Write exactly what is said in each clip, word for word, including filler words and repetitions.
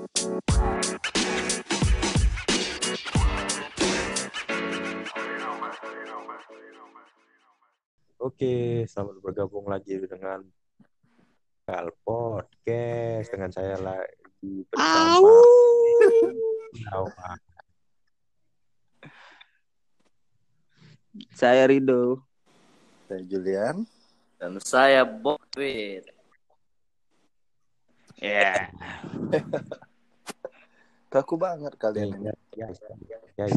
Oke, selamat bergabung lagi dengan Kal Podcast dengan saya lagi bersama Nawa. Saya Rido. Saya Julian. Dan saya Bobit. Ya. Yeah. Kaku banget kalian ini. Guys, guys.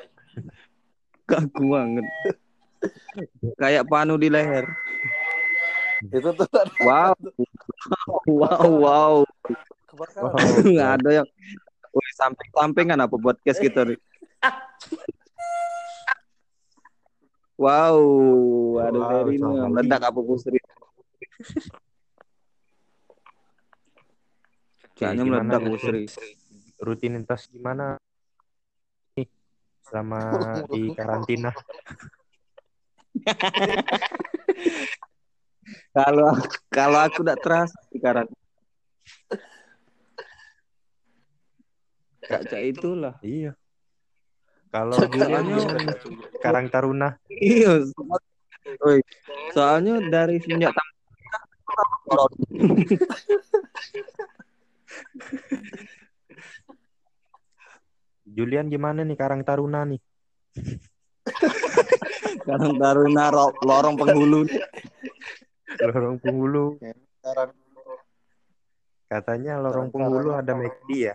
Kaku banget. Kayak panu di leher. Itu tuh Wow. Wow, wow. Kebakaran. Wow. Nggak ada yang Wih, samping-sampingan apa podcast kita nih. Wow, ada Wow, dari ini sama meledak lagi. apa Pusri. Kayaknya Gimana meledak nih? Pusri. Rutinitas gimana nih selama di karantina? Kalau kalau aku tidak terasa sekarang. Kaca itulah. Iya. Kalau Julian gimana nih? Karang Taruna. Iya. Woi, soalnya dari semenjak Julian gimana nih Karang Taruna nih? Karang Taruna lorong penghulu. Lorong Penghulu. Karang. Katanya Lorong Penghulu ada McD ya?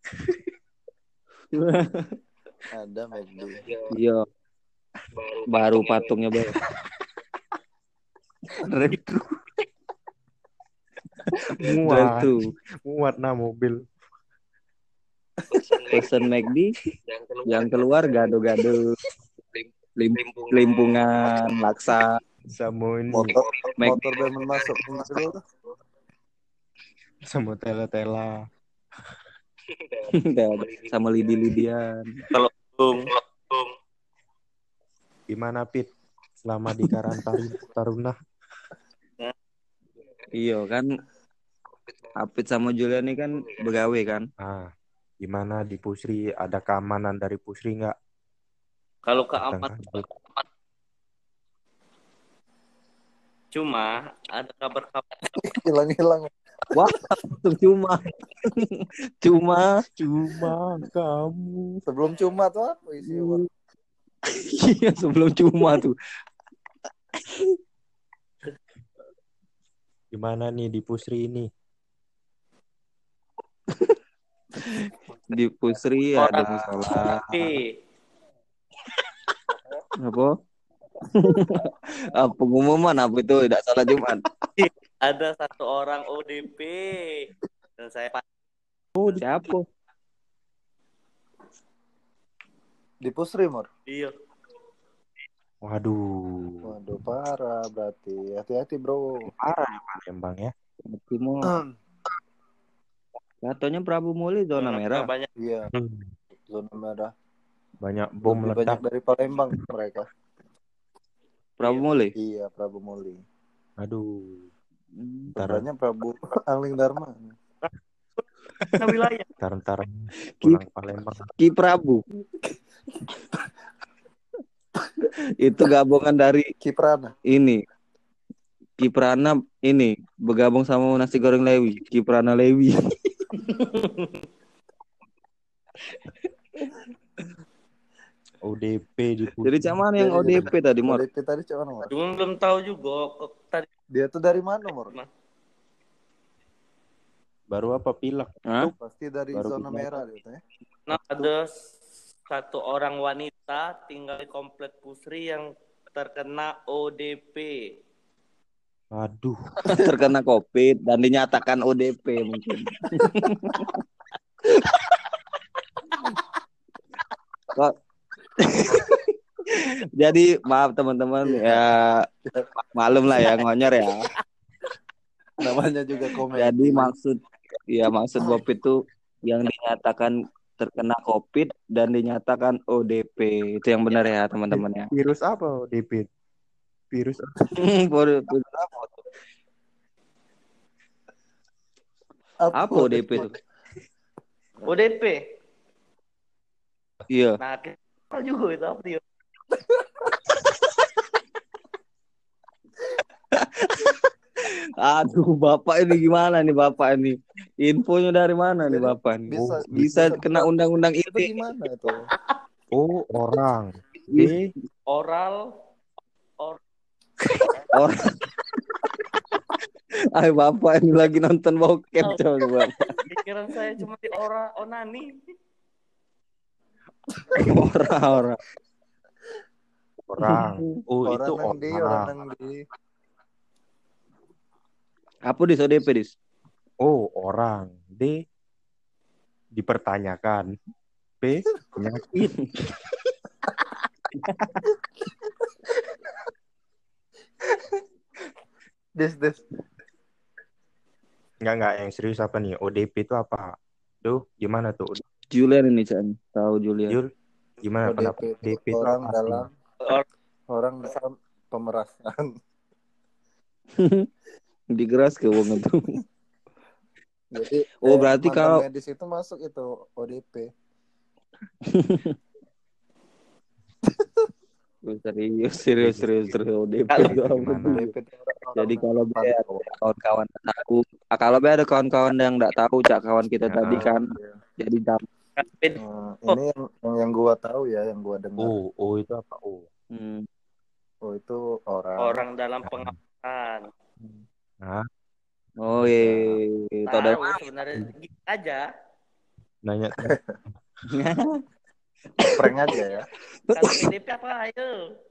Ada McD. Iya. Baru patungnya baru. Itu. Dan Muat. tuh Muat nah mobil. pesen McD yang keluar gado-gado lim- limpungan laksa Sama ini. Motor Mac- motor bemen masuk dulu. Sama tela-tela. sama lidi-lidian. Bung. Gimana Pit? Selama di Karang Taruna. Iya kan Apit sama Julian ini kan begawe kan. Ah, gimana di Pusri? Ada keamanan dari Pusri nggak? Kalau keamanan cuma ada kabar-kabar Hilang-hilang. Wah, langsung cuma cuma Cuma kamu. Sebelum cuma tuh apa isi? iya sebelum cuma tuh. Gimana nih di Pusri ini? Di Pusri ada musola. Apa? Ah, pengumuman apa itu tidak salah Jumat. ada satu orang O D P dan saya Oh, siapa? Di Pusri, Mor. iya. Waduh. Waduh, parah berarti. Hati-hati, Bro. Parah ya Palembang ya. Timur. Katanya Prabu Muli zona merah. Banyak Iya, zona merah. Banyak bom Lebih meledak. banyak dari Palembang mereka. Prabu Muli. Iya, Prabu Muli. Aduh. Hmm. Ntar, Banyak Prabu Angling Dharma. wilayah. ntar, ntar pulang Palembang. Ki Prabu. Itu gabungan dari Kiprana. ini. Kiprana ini bergabung sama nasi goreng Lewi. Kiprana Lewi. O D P di Pusri. Jadi cak mana yang O D P tadi, Mor? O D P tadi cak mana, Mor? Cuma belum tahu juga kok tadi Dia tuh dari mana, Mor? Baru apa pilek? Hah? Pasti dari Baru zona pindah. merah gitu ya. nah, ada satu orang wanita tinggal di komplek Pusri yang terkena O D P. Aduh. Terkena COVID dan dinyatakan O D P mungkin. Kok jadi maaf teman-teman ya malum lah ya ngonyor ya. Namanya juga komen. Jadi maksud ya maksud Bob itu yang dinyatakan terkena COVID dan dinyatakan O D P. Itu yang benar ya teman-teman ya. Virus apa O D P? Virus apa? Apa O D P itu? O D P. Iya. Nah, kita juga itu apa dia? Aduh, Bapak ini gimana nih Bapak ini? Infonya dari mana nih Jadi Bapak nih? bisa Oh, Bisa kena buka- undang-undang itu I T E. gimana itu? oh orang. D. Oral. Or Orang. Ay, Bapak ini lagi nonton bokep coba Bapak. pikiran saya cuma di ora onani. Orang-orang. Orang. Oh Orang itu nang di, orang orang. nang di. Apa dis O D P dis? Oh orang. D. Dipertanyakan. P. Penyakit. Des des. Enggak enggak yang serius apa nih? O D P itu apa? Tuh gimana tuh? Julian ini Chan. Tahu Julian. Jul, gimana O D P pendapat? itu O D P itu orang apa sih? dalam Or- orang dalam pemerasan. Digeras ke wong itu. Jadi Oh, eh, berarti mantan kalau- medis itu masuk itu O D P. Oh, serius, serius, serius, serius O D P Kalau- itu apa Gimana? O D tuh? P itu orang- Jadi orang kalau dalam be ada pantauan. kawan-kawan yang tahu, ah, kalau be ada kawan-kawan yang nggak tahu, cak kawan kita Ya. tadi kan, Iya. jadi tahu. Eh, ini yang, yang yang gua tahu ya, yang gua dengar. O, O itu apa? O. Hmm. Oh itu orang. orang dalam pengawasan. Nah, Oh iya, tahu dari Tahu sebenarnya gitu aja. nanya Prank aja ya. Kalau P D P apa ayo?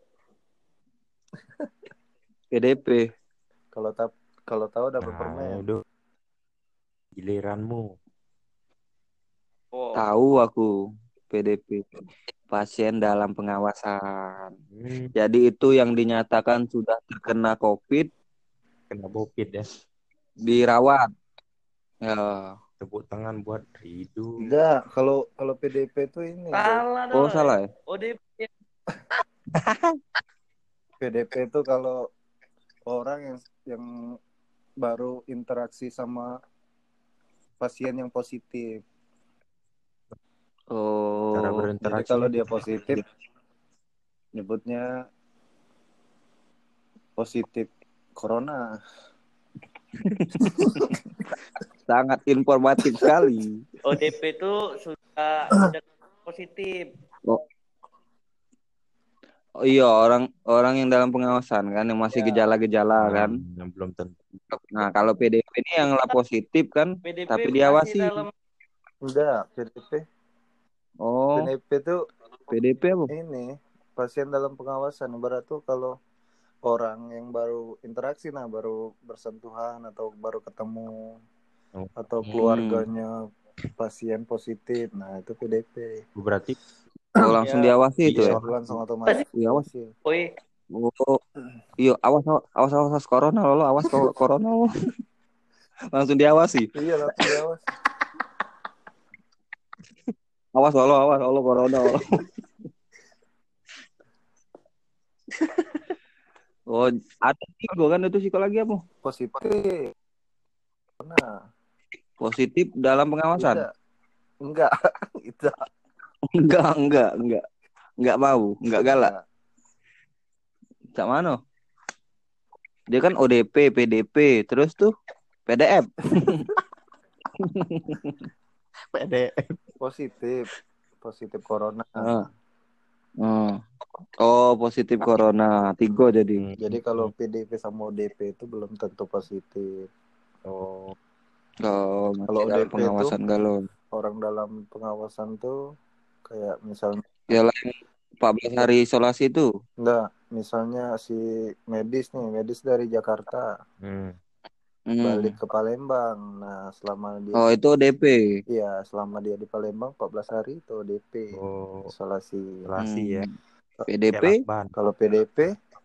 P D P. Kalau tap kalau tahu dapat nah, permen. udah giliranmu. Oh, Tahu aku P D P. Pasien dalam pengawasan. Hmm, Jadi itu yang dinyatakan sudah terkena COVID, kena bokit ya. dirawat. Ya. Tepuk tangan buat Ridu. Enggak, kalau kalau P D P itu ini. Bro. salah Oh dong. salah ya? O D P. P D P itu kalau orang yang yang baru interaksi sama pasien yang positif. Oh. Cara Jadi berinteraksi. kalau dia positif nyebutnya positif corona. Sangat informatif sekali. O D P itu sudah sudah positif. Oh iya, orang orang yang dalam pengawasan kan, yang masih Ya. gejala-gejala Nah, kan. yang belum tentu. Nah, kalau P D P ini yang lah positif kan, P D P tapi masih diawasi. dalam Enggak, P D P. Oh, P D P itu P D P apa? ini pasien dalam pengawasan. Ibarat tuh kalau orang yang baru interaksi, nah baru bersentuhan atau baru ketemu Oh. atau keluarganya pasien positif, nah itu P D P. Berarti Oh, langsung Ya. diawasi itu ya? Iya, langsung otomatis Iya, awas. diawasi. Oi, Oh, iya, awas, awas, awas, awas, awas corona lo, awas kalau corona lo. Langsung diawasi. Iya, langsung diawasi. Awas lo, awas lo corona lo. Oh, ada psiko kan itu psiko lagi apa? Positif. Nah, Positif dalam pengawasan? tidak. Enggak, itu Enggak, enggak, enggak. Enggak mau, enggak galak. Cak mana? Dia kan O D P, P D P, terus tuh P D F. P D. positif. Positif corona. Ah. Hmm. Oh, positif corona. Tiga jadi. Jadi kalau P D P sama O D P itu belum tentu positif. Oh, Oh, Kalau masih dalam O D P pengawasan galau. Orang dalam pengawasan tuh kayak misalnya Ya lah yang empat belas hari isolasi itu. enggak, misalnya si medis nih, medis dari Jakarta hmm. Hmm. balik ke Palembang. Nah, selama dia Oh, itu O D P. iya, selama dia di Palembang empat belas hari itu O D P. Oh, Isolasi. isolasi ya. Hmm. P D P? Kayak lakban. Kalau P D P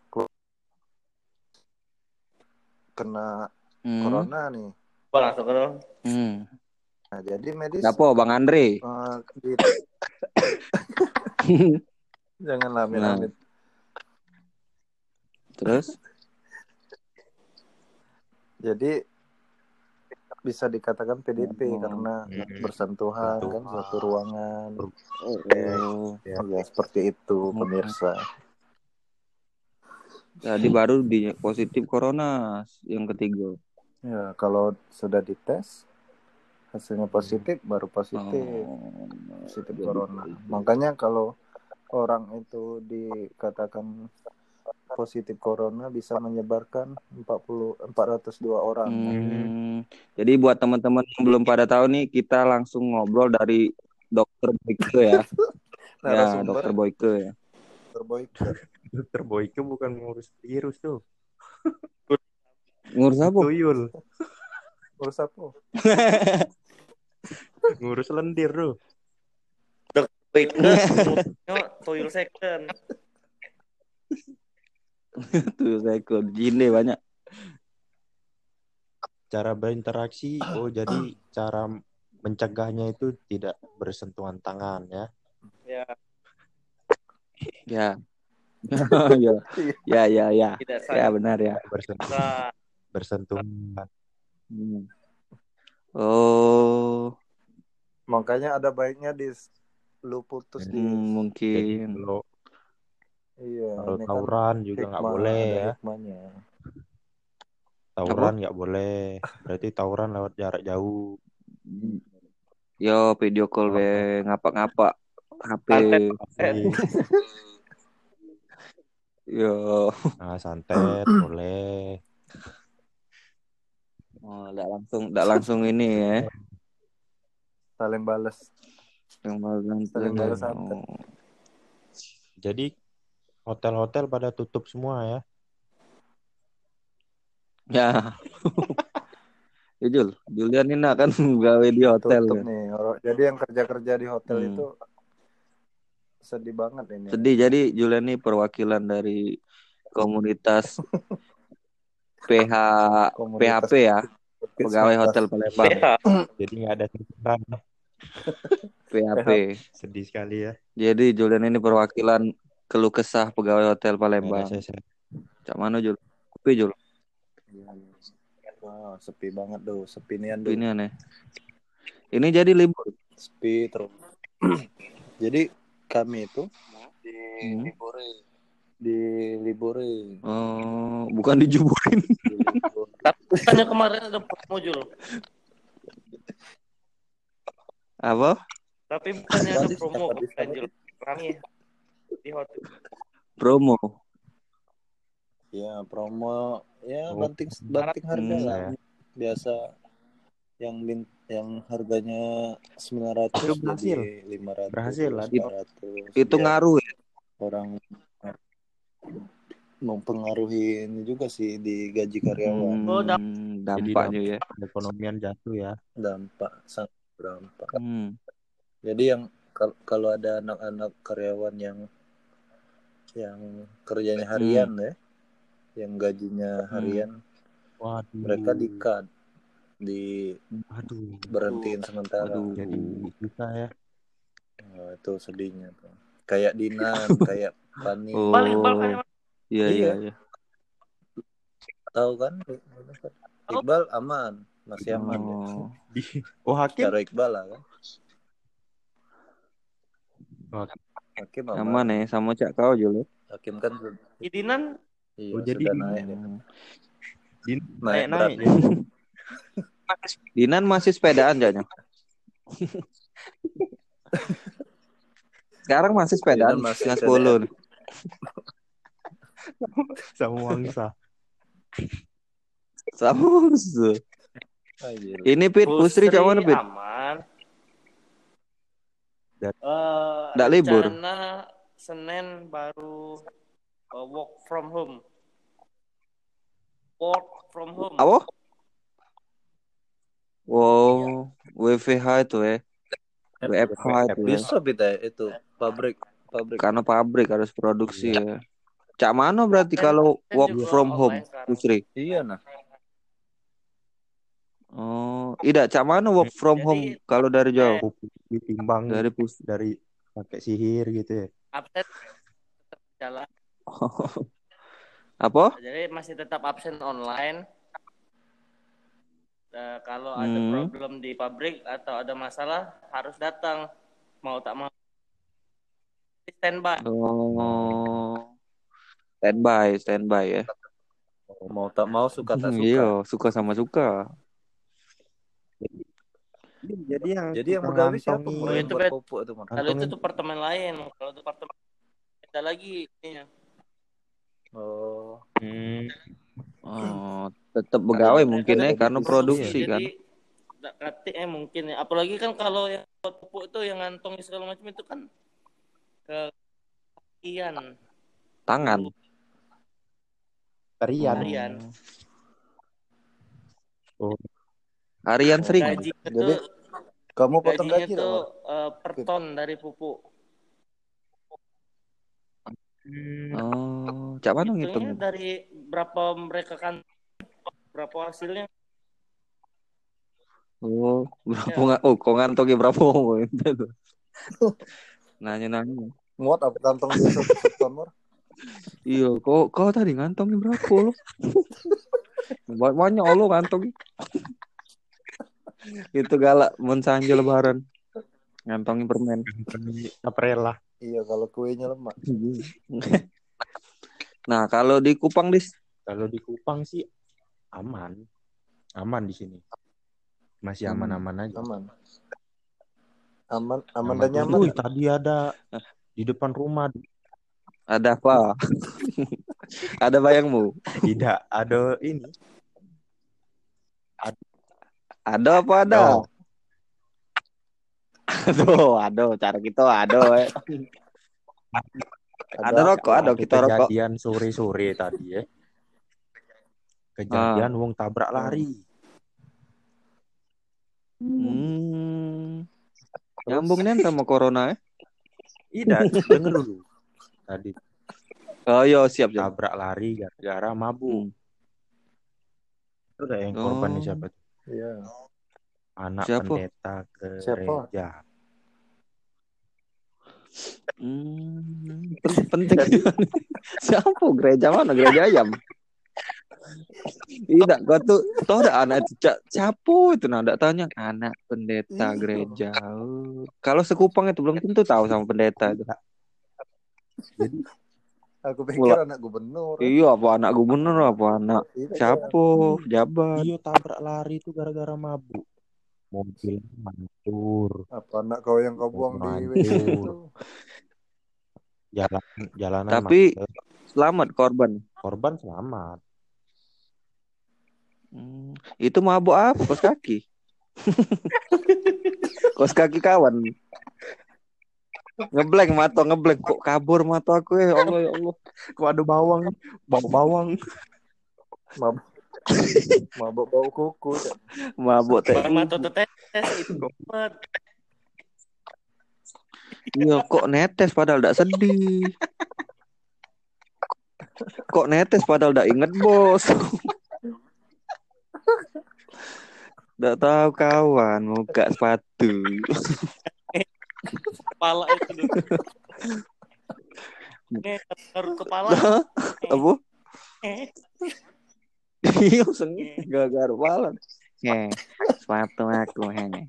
kena Hmm. corona nih. Bang, langsung ke dong. Hmm. Nah, jadi medis Siapa? Bang Andre. eh, di- jangan amit Nah. amit. Terus? Jadi bisa dikatakan P D P Oh. karena Hmm. bersentuhan Betul. kan suatu ruangan. Oh. Ya. Ya seperti itu pemirsa. Jadi baru di positif corona yang ketiga. Ya kalau sudah dites hasilnya positif baru positif Oh. positif Jadi corona. positif. Makanya kalau orang itu dikatakan positif corona bisa menyebarkan empat puluh empat ratus dua orang. Hmm. Jadi buat teman-teman yang belum pada tahu nih, kita langsung ngobrol dari Dokter Boyke ya. Ya, Narasumber Dokter Boyke ya. Dokter Boyke. Dokter Boyke bukan ngurus virus tuh. Ngurus apa? Tuyul. Ngurus apa? Ngurus lendir tuh. Wait, ngurusnya tuyul second. Tuh saya ke jine banyak. Cara berinteraksi, oh jadi cara mencegahnya itu tidak bersentuhan tangan ya. Ya, Ya. ya. Ya, ya, ya. tidak Ya, saling benar ya. Bersentuhan. Bersentuhan. Hmm. Oh, Makanya ada baiknya di lu putus hmm, di Jadi mungkin. kalau iya kalau ini kan tawuran juga nggak hikmah, boleh ada ya. hikmahnya. Tawuran nggak boleh. Berarti tawuran lewat jarak jauh. Yo, video call be Oh, ngapa-ngapa H P. santet. Asli. Yo. Nah, santet boleh. Oh, enggak langsung enggak langsung ini ya. Saling balas. Yang malah Saling langsung. balas santet. Oh. Jadi hotel-hotel pada tutup semua ya. Ya. Ya Jul, Julian ini kan gawe di hotel Tutup kan. nih. Or- Jadi yang kerja-kerja di hotel Hmm. itu sedih banget ini. Sedih, jadi Julian ini perwakilan dari komunitas P H Komunitas P H P ya, pegawai hotel Palembang. Ya, Jadi nggak ada sentuhan. P H P. Sedih sekali ya. Jadi Julian ini perwakilan keluh kesah pegawai hotel Nggak ada Palembang. sesen. Cak mana Jul? Sepi Jul. Wah, sepi banget tuh, sepi nian tuh. Ini aneh. Ini jadi libur. Sepi terus. Jadi kami itu Hmm. diliburin. Oh, bukan dijuburin. Dilibur. katanya kemarin ada promo Jul. Apa? Tapi bukannya ada Tadi promo siapa di sana? Jul. Kami di hotel. Promo. Ya promo ya Oh. banting banting harga Hmm. lah. Biasa yang bin, yang harganya sembilan ratus Itu berhasil. jadi lima ratus. Berhasil lah. empat ratus. Itu Biar ngaruh ya. orang mempengaruhi ini juga sih di gaji karyawan. Oh, damp- Hmm, Jadi dampaknya ya. Ekonomian jatuh ya. Dampak sangat berdampak. Hmm. Jadi yang kal- kalau ada anak-anak karyawan yang yang kerjanya harian ya, yang gajinya harian, Waduh. mereka di-cut, di Waduh. berhentiin sementara. Aduh. Jadi bisa ya. Nah, itu sedihnya tuh. Kayak Dinan, kayak Fani, Oh. balik balik. Iya, iya, Iya. iya. tahu kan? Iqbal aman, masih aman ya. Oh. Di Oh hakim. Cara Iqbal lah kan. Oh, Hakim Aman aman. ya sama Cak kau Jul. Hakim kan sudah- Idinan iya, Oh, jadi sudah Dinan- naik. dia. Din Naik naik-naik. berat. Jadi. Dinan masih sepedaan Jaknya. Sekarang masih sepedaan Dinan masih setengah T D M. sepuluh. Sama Wangsa. Sama. Anjir. Ini Pit Pusri Cak mana Pit? aman. Dan- Eh, Nggak libur? rencana Senin baru uh, work from home. Work from home. Apa? Wow, W F H itu ya. W F H itu ya. Bisa Pita itu pabrik pabrik. Karena pabrik harus produksi ya. Cak mana berarti kalau Kan work juga from home, online sekarang. Pusri? Iya nah. Oh, tidak. Cak mana work from Jadi, home kalau dari jauh? Ditimbang Dari pus. dari pakai sihir gitu ya. Absen tetap jalan. Apa? Jadi masih tetap absen online. Nah, kalau ada Hmm. problem di pabrik atau ada masalah harus datang, mau tak mau standby. Oh, standby, standby ya. Mau tak mau, suka tak Iya, suka. suka sama suka. Jadi yang Jadi yang suka begawi siapa ngantongi- Mur, Oh, yang itu buat bet- pupuk itu Mur? Kalau itu Kantongin- departemen lain, kalau departemen ada lagi ininya. Oh, Hmm. Oh, tetap begawe Mereka mungkin ya dari karena produksi kan. Jadi tak ngerti eh mungkin ya. Apalagi kan kalau yang buat pupuk itu yang ngantongi segala macam itu kan ke kian Tangan. Tarian. harian. Oh. Harian sering. Gaji itu Jadi kamu potong gajinya gaji tak tuh Mur? eh, per ton dari pupuk. Oh, cak mana Hitungnya ngitung? dari berapa mereka kan berapa hasilnya. Oh, berapa Ya. nggak? Oh, kok ngantongi berapa? Nanya-nanya. Muat apa kantong dia satu ton Mur? Iya, kok kau tadi ngantongi berapa lo? Banyak lo ngantongi. Itu galak mensanjo lebaran. Ngantongi permen. April lah. Iya, kalau kuenya lemak. Nah, kalau di Kupang dis, Kalau di Kupang sih aman. Aman di sini. Masih Hmm. aman-aman aja. Aman. Aman, aman Aman dan tuh. nyaman. Wih, tadi ada di depan rumah. ada apa? Ada bayangmu? Tidak, ada ini. Ada apa ada? Ada. Aduh, aduh, cara kita aduh. Eh. Ada rokok, ada kita rokok. Kejadian sore-sore tadi ya. Kejadian wong tabrak lari. Hmm. Nyambung nih sama corona ya? Tidak, denger dulu. Tadi Oh iya, siap siap. tabrak lari gara-gara mabuk. Hmm. Itu udah yang korban nih Oh. siapa? Iya. Anak Siapa? pendeta Siapa? gereja. Hmm. Pen- Penting. Siapa gereja mana? Gereja ayam. Tidak, gua tuh toh ada anak cicak. Siapa itu? Nah, nggak tanya anak pendeta Iya. gereja. Oh. Kalau sekupang itu belum tentu tahu sama pendeta itu. Jadi Aku pikir anak gubernur. Iya, apa anak gubernur apa anak Iya. siapa pejabat. dia tabrak lari itu gara-gara mabuk. Mobil hancur, Apa anak kau yang kau buang di W C Hancur. itu? jalan jalanan Tapi macet. selamat korban. Korban selamat. Hmm, itu mabuk apa? Kos kaki. Kos kaki kawan. Ngeblank mata, ngeblank kok kabur mata aku ya Allah ya Allah. Kok ada bawang, bau bawang. Mabuk. Mabuk bau kuku. Kan? Mabuk teh. Bang Mato tetes itu buat Iya kok netes padahal tidak sedih. Kok netes padahal tidak inget bos. Tidak tahu kawan muka sepatu. kepala itu dulu. Ini taruh kepala. Apa? Iya sengi gagal kepala. Nge, sepatu aku hene.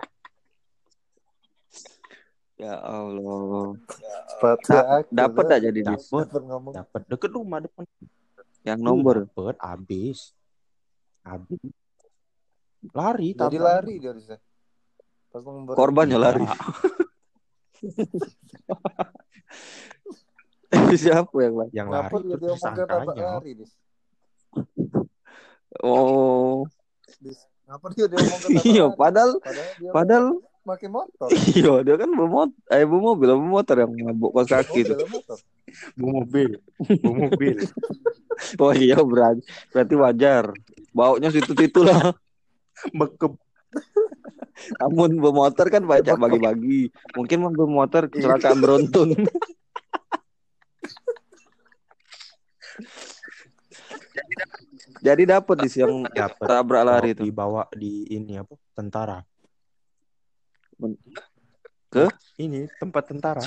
Ya Allah. Sepatu Da- aku. dapat dah. tak jadi dis? Dapat, Dapat ngomong. dapat deket rumah depan. Yang nomor. Dapat, habis. Habis. Lari, Jadi tabrak. lari dia bisa. Pas ngembur. Korbannya lari. Siapa yang lari? Yang Kenapa lari dia itu diomongkan tabrak tersangkanya. lari, Dis? Oh, Dis. Kenapa dia diomongkan tabrak iya. lari? Padahal, Padahal dia padahal, pakai motor. iya dia kan bermotor, eh bermobil, bermotor yang mabuk kos kaki itu. Mobil, motor. Bu mobil, bu mobil. Oh iya berarti, berarti wajar. Baunya situ-situ lah. Bekep. Namun bermotor kan banyak bagi-bagi. Mungkin mau bermotor kecelakaan beruntun. Jadi dapat di yang Dapat. tabrak lari itu. Dibawa di ini apa? Tentara. Ke? Ini tempat tentara.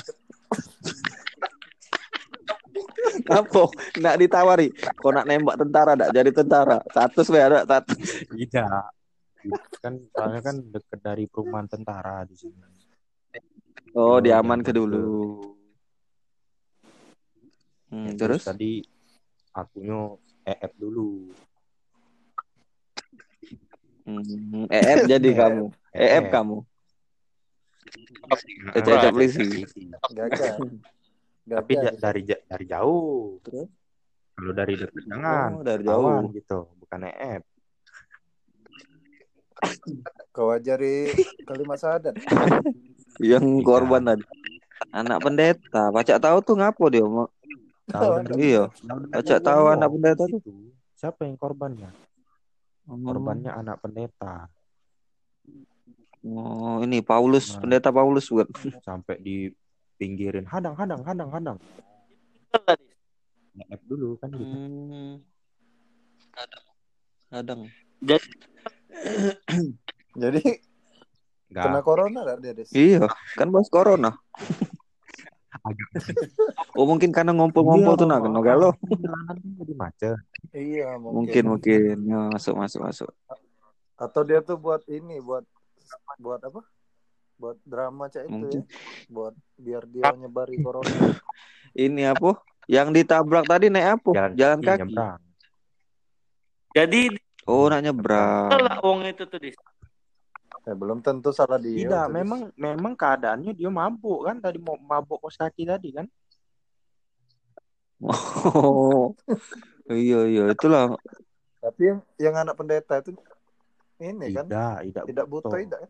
Apa? Nggak ditawari. Kau nak nembak tentara, nggak jadi tentara. Status be ada status. Tidak. Kan soalnya kan dekat dari perumahan tentara di sini. Oh, Yo, diaman ke diaman dulu. ke. Hmm, Ya, terus terus? tadi akunya E F dulu. Hmm, E F jadi E F, kamu. E F E F. kamu. Heeh, Cecak cecak polisi. polisi. Gagah. Tapi Gagah ja- di sana. dari ja- dari jauh. Terus? Kalau dari dekat jangan, Oh, dari kawan jauh. gitu, bukan E F. Kau ajari kalimat syahadat. Yang Tidak. korban tadi. Anak pendeta. Pacak tahu tuh ngapo dia. Mau- Tahu Oh, dari anak Iya. pendeta. tahu dari Pacak tahu awal anak di pendeta tuh. situ. Siapa yang korbannya? Oh, Korbannya anak pendeta. oh, ini Paulus, Nah, pendeta Paulus bukan? sampai di pinggirin, hadang, hadang, hadang, hadang. E F dulu kan gitu. Hmm. Kadang. Jadi Jadi Enggak. kena corona gak dia, Des? Iya, kan bahas corona. Oh, mungkin karena ngumpul-ngumpul tuh nak kena galau. Jalanan kan jadi macet. Iya, Mungkin mungkin. mungkin. Ya, masuk masuk masuk. Atau dia tuh buat ini, buat buat apa? Buat drama cak itu Mungkin. ya. Buat biar dia nyebari corona. Ini apa? Yang ditabrak tadi naik apa? Jalan, Jalan kaki, kaki. nyebrang. jadi Oh, nak nyebrang. salah wong itu tuh dis. Ya, belum tentu salah dia. Tidak, tuh, Des. memang memang keadaannya dia mabuk kan tadi mau mabuk kos kaki tadi kan. Oh, iya iya itulah. Tapi yang, yang anak pendeta itu ini kan Tidak, tidak, tidak butuh butuh. tidak kan?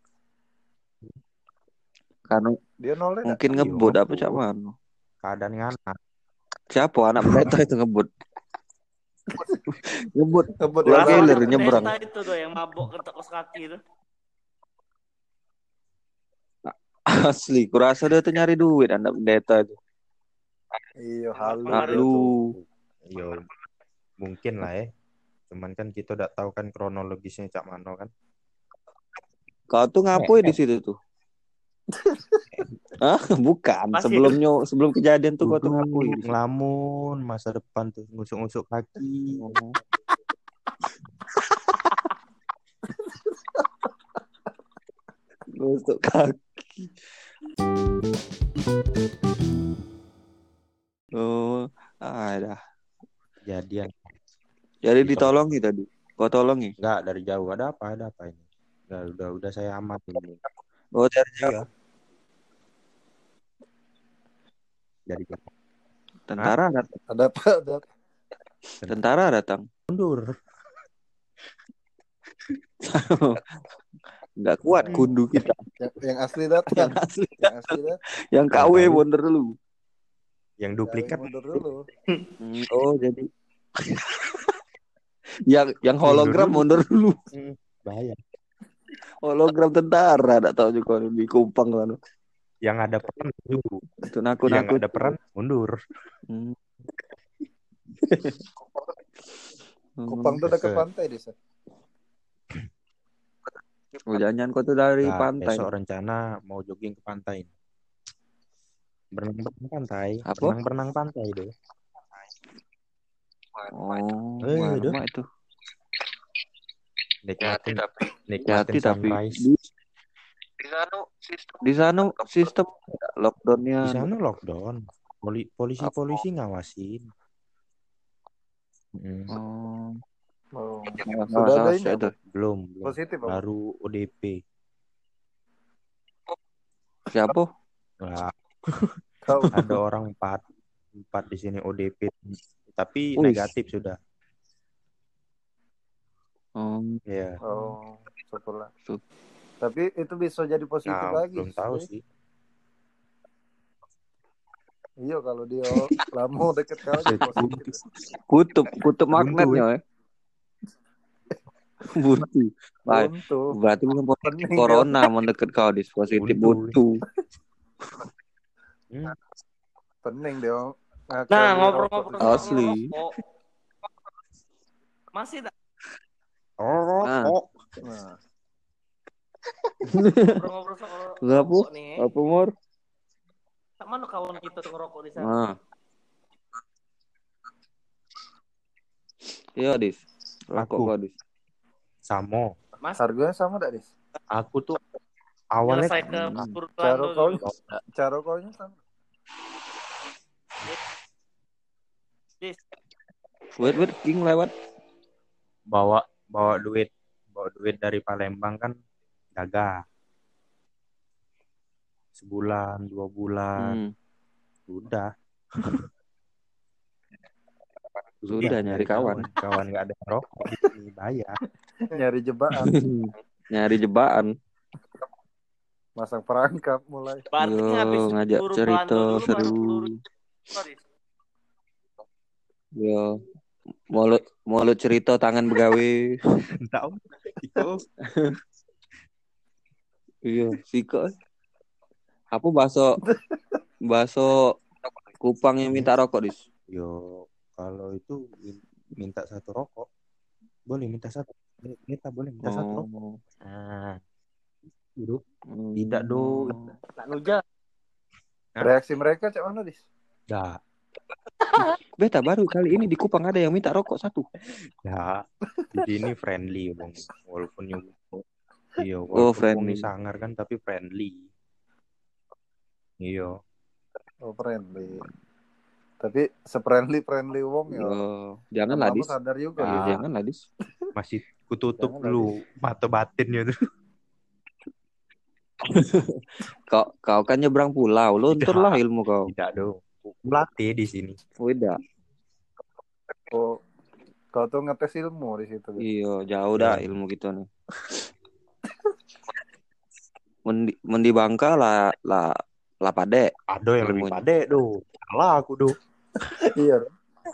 Karena Dia nolnya tidak. mungkin Iya, ngebut apa ngebut. cak mana? Keadaan nganak. Siapa anak pendeta itu ngebut? Ngebut. Ngebut Ular jalan. keler Anak nyebrang. pendeta itu tuh yang mabok ke kos kaki itu. Asli, kurasa dia tuh nyari duit anak pendeta itu. Iya, Yang halu berpengaruh. dia tuh. Halu. Yo, mungkin lah ya. Cuman kan kita udah tahu kan kronologisnya cak mano kan. Kau tuh ngapain di situ tuh? Hah? Bukan. Pasir. Sebelumnya sebelum kejadian tuh kau tuh ngapain di situ? Ngelamun masa depan tuh ngusuk-ngusuk kaki. Oh. Nusuk kaki. Oh, ada. Jadian. Jadi ditolongi tadi. Kau tolongi. Enggak, dari jauh. Ada apa? Ada apa ini? Udah, udah, udah saya amat ini. Oh, dari Iya. jauh. Dari jauh. Tentara datang. Ada apa? Ada apa? Tentara datang. Mundur. Nggak kuat kundu kita. Yang, yang asli datang. Yang asli. Yang asli datang. Yang K W mundur dulu. Yang duplikat Mundur dulu. Hmm, oh, jadi yang yang hologram mundur dulu. Hmm, bahaya. Hologram tentara, enggak tahu juga di Kupang kan. Yang ada peran dulu. Itu Yang nakut-nakut. ada peran mundur. Hmm. Kupang tuh dekat Deket. pantai desa. Oh, jangan kau tuh dari Nah, pantai. besok rencana mau jogging ke pantai. Berenang-berenang pantai. Apa? Berenang-berenang pantai deh. Oh, Eh, warma itu. Nikmatin, Hati nikmatin tapi sunrise. di, di sana sistem lockdownnya. Di sana lockdown. Poli- Polisi-polisi ngawasin. Mm. Oh, Oh. nggak Sudah ada salah, ini saya apa? tuh. Belum, belum. Positif apa? Baru O D P. Siapa? Nah, Kau. ada orang empat empat di sini O D P, tapi Wih. negatif sudah. Um, Ya. Oh, syukurlah. Tuh. Tapi itu bisa jadi positif Nah, lagi. belum tahu sih. sih. Iya, kalau dia lama deket kau jadi positif. kutub, kutub Buntu, magnetnya ya. Buntu. Baik. Buntu. Berarti bukan positif Pening corona mendekat kau dis positif Buntu. buntu. Hmm. Pening dia. Nah, ngobrol-ngobrol soal Asli. ngerokok. Masih tak Oh, Nah. oh. Nah, ngobrol-ngobrol soal Nggak, Bu. ngerokok nih. Apa Mor? Tak mana kawan kita tuh ngerokok di sana? Nah. Iya dis. Rokok Aku. kau dis. Samo. Mas, Harganya sama tak, Dis? Aku tuh awalnya selesai ke Hmm. Purwokerto Cara kau dulu. cara kau sama. Dis, Wait, wait, King lewat. bawa bawa duit bawa duit dari Palembang kan gagah sebulan dua bulan Hmm. sudah Sudah nyari kawan. kawan nggak ada rokok di sini bayar. Nyari jebakan, Nyari jebakan. masang perangkap mulai. berarti Yo, habis ngajak peluru cerita pelando dulu baru seru. peluru. Dis. Yo, mulut mulut cerita tangan begawe. Entah om itu Iya, siko. Apa bakso bakso Kupang yang minta rokok, Dis? yo kalau itu min- minta satu rokok boleh minta satu kita boleh minta satu rokok Oh. nah itu Hmm. tidak do Nak nuja. Reaksi mereka cak mana, Dis? dah Beta baru kali ini di Kupang ada yang minta rokok satu. ya di sini friendly bang walaupun yung iya Oh, walaupun friendly. wong sangar kan tapi friendly iya Oh, friendly. Tapi se-friendly friendly wong ya. Yo, janganlah, Lama-lama Dis. sadar juga. Ah. Iya, Dis. janganlah, Dis. masih kututup Jangan dulu mata batinnya tuh Kau kau kan nyebrang pulau, luntur lah ilmu kau. tidak dong melatih di sini Udah. Oh, kau tuh ngetes ilmu di situ. Dis. Iya, jauh dah Ya. ilmu gitu nih. Mendi, mendi Bangka lah lah lah pade. ada yang lebih Ilmunya. pade do salah aku do Iya.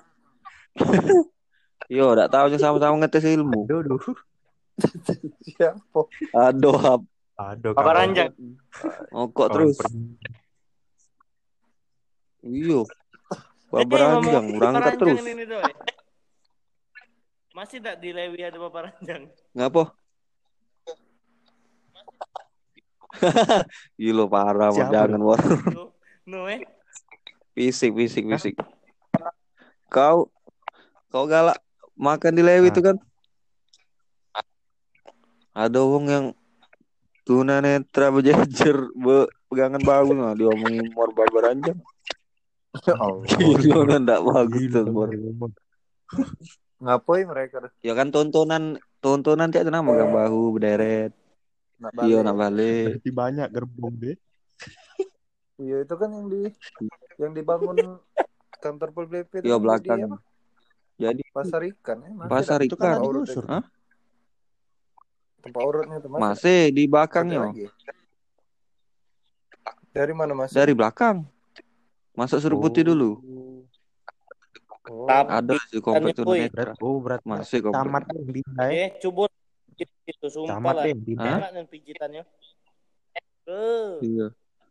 Yo, enggak tahu sama-sama ngetes ilmu. do do Siapa? Aduh, hap. ada Apa kawan- ranjang? Ngokok kawan terus. per- Iyo. Eh, Baberanjang, ngomong berangkat Bapak terus. Ranjang ini doi. Masih tak di Lewi ada Bapak Ranjang? Ngapa? Gila parah, Siapa jangan war. No, no eh. Fisik, fisik, fisik. Kau kau galak makan di Lewi Ah. itu kan? Ada wong yang tunanetra berjejer be, pegangan bau nah diomongin mor Baberanjang. Ya Allah. Gila kan enggak bagus Gila, tuh mor. Ngapain mereka? Dah? Ya kan tontonan tontonan cak nama megang bahu berderet. Nak Iya balik. nak balik. berarti banyak gerbong deh Iya itu kan yang di yang dibangun kantor Pol P P itu Iya kan belakang. di apa? Jadi Pasar ikan ya. Masih pasar dah? itu kan ikan. ada Urut digusur itu. Hah? Tempat urutnya itu masih. Masih di Ada belakangnya. lagi. Dari mana masih? Dari belakang. Masuk suruh putih dulu. Oh. Ada di komplek Tanya, boy. tunanetra. Berat, oh berat Masih komplek. camat yang pindah ya. Eh, coba itu sumpah Camat lah. yang pindah. Hah? Enak dan pijitannya. Eh, Iya.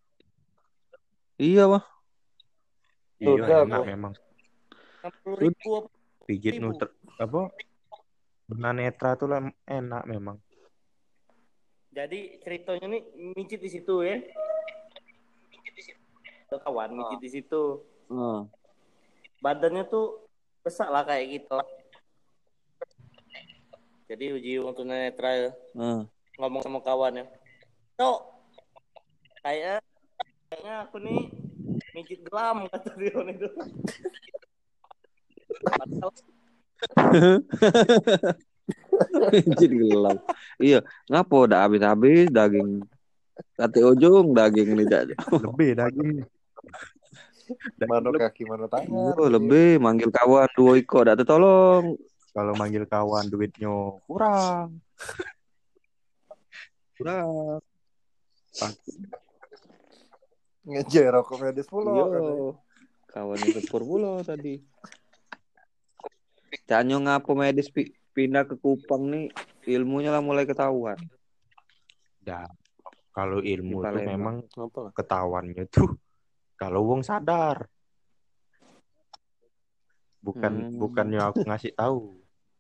Iya, Mah. Iya Sudah, enak Bu. memang enam puluh ribu apa? pijit Ibu. nuter apa tunanetra tuh lem- enak memang. Jadi ceritanya nih micit di situ ya. Ada kawan micit di situ. Heeh. Badannya tuh besar lah kayak gitu. Jadi uji untuk tunanetra ya. Heeh. Ngomong sama kawan ya. Tok, kayak kayaknya aku nih mijit gelam kata dia itu. Padahal Jadi gelap. Iya, ngapo udah habis-habis daging sate ujung daging nih Cak. Lebih daging. Mana kaki mana tangan. Iya, lebih manggil kawan dua iko dak tolong. Kalau manggil kawan duitnya kurang. Kurang. Ngejar rokok medis pula. Iya. kan, ya. Kawan itu pula tadi. Canyo ngapo medis pi- pindah ke Kupang nih ilmunya lah mulai ketahuan. Dah. Kalau ilmu Di tuh Palembang. memang Apa lah? ketahuannya tuh kalau wong sadar. Bukan Hmm. bukannya aku ngasih tahu.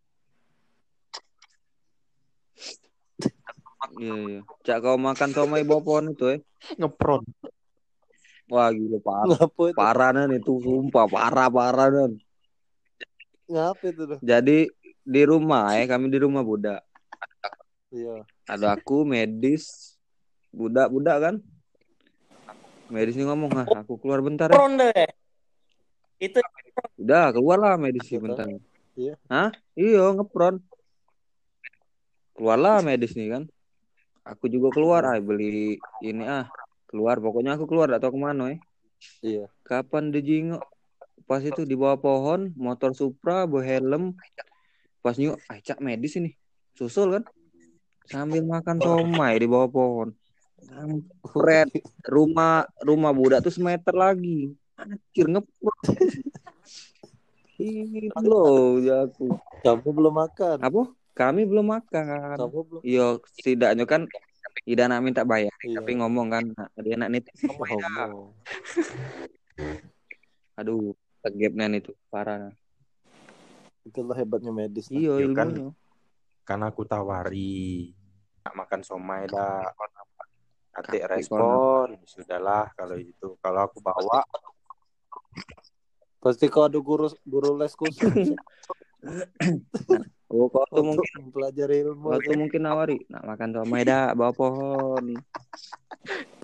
Iya, iya. Cak kau makan somai bopon itu eh. Ngepron. Wah gila parah. Ngapa itu? Parah nen itu sumpah parah parah nen. Ngapa itu dah? Jadi di rumah eh kami di rumah budak. Iya. Ada aku medis, budak-budak kan. Medis ini ngomong, ah aku keluar bentar ya. Ronde. Itu Udah keluar lah medis sih Iya bentar. kan? Iya. Hah? Iya ngepron. Keluarlah medis nih kan. Aku juga keluar, ah beli ini ah. Keluar, pokoknya aku keluar, gak tau kemana eh. Iya. Kapan dia jingok? Pas itu di bawah pohon, motor Supra, bawa helm. Pas nyuk, ah cak medis ini. Susul kan. Sambil makan somai di bawah pohon. Kampret. Rumah rumah budak tuh semeter lagi. Anjir ngepron. Ini loh ya aku. Kamu belum makan. Apa? Kami belum makan. Kamu belum. Yo, setidaknya kan tidak nak minta bayar, Iya. tapi ngomong kan, dia nak nitip somai dah. Ngomong. Aduh, tegepnya itu parah. Itulah hebatnya medis. lah. Iya, Ya kan, ilmunya. kan aku tawari nak makan somai dah. Nanti Kakek respon, sudahlah kalau itu. Kalau aku bawa, Pasti kau ada guru guru les khusus Oh, kau tuh untuk mungkin, mempelajari ilmu. kau tuh mungkin nawari, nak makan somai dah, bawa pohon.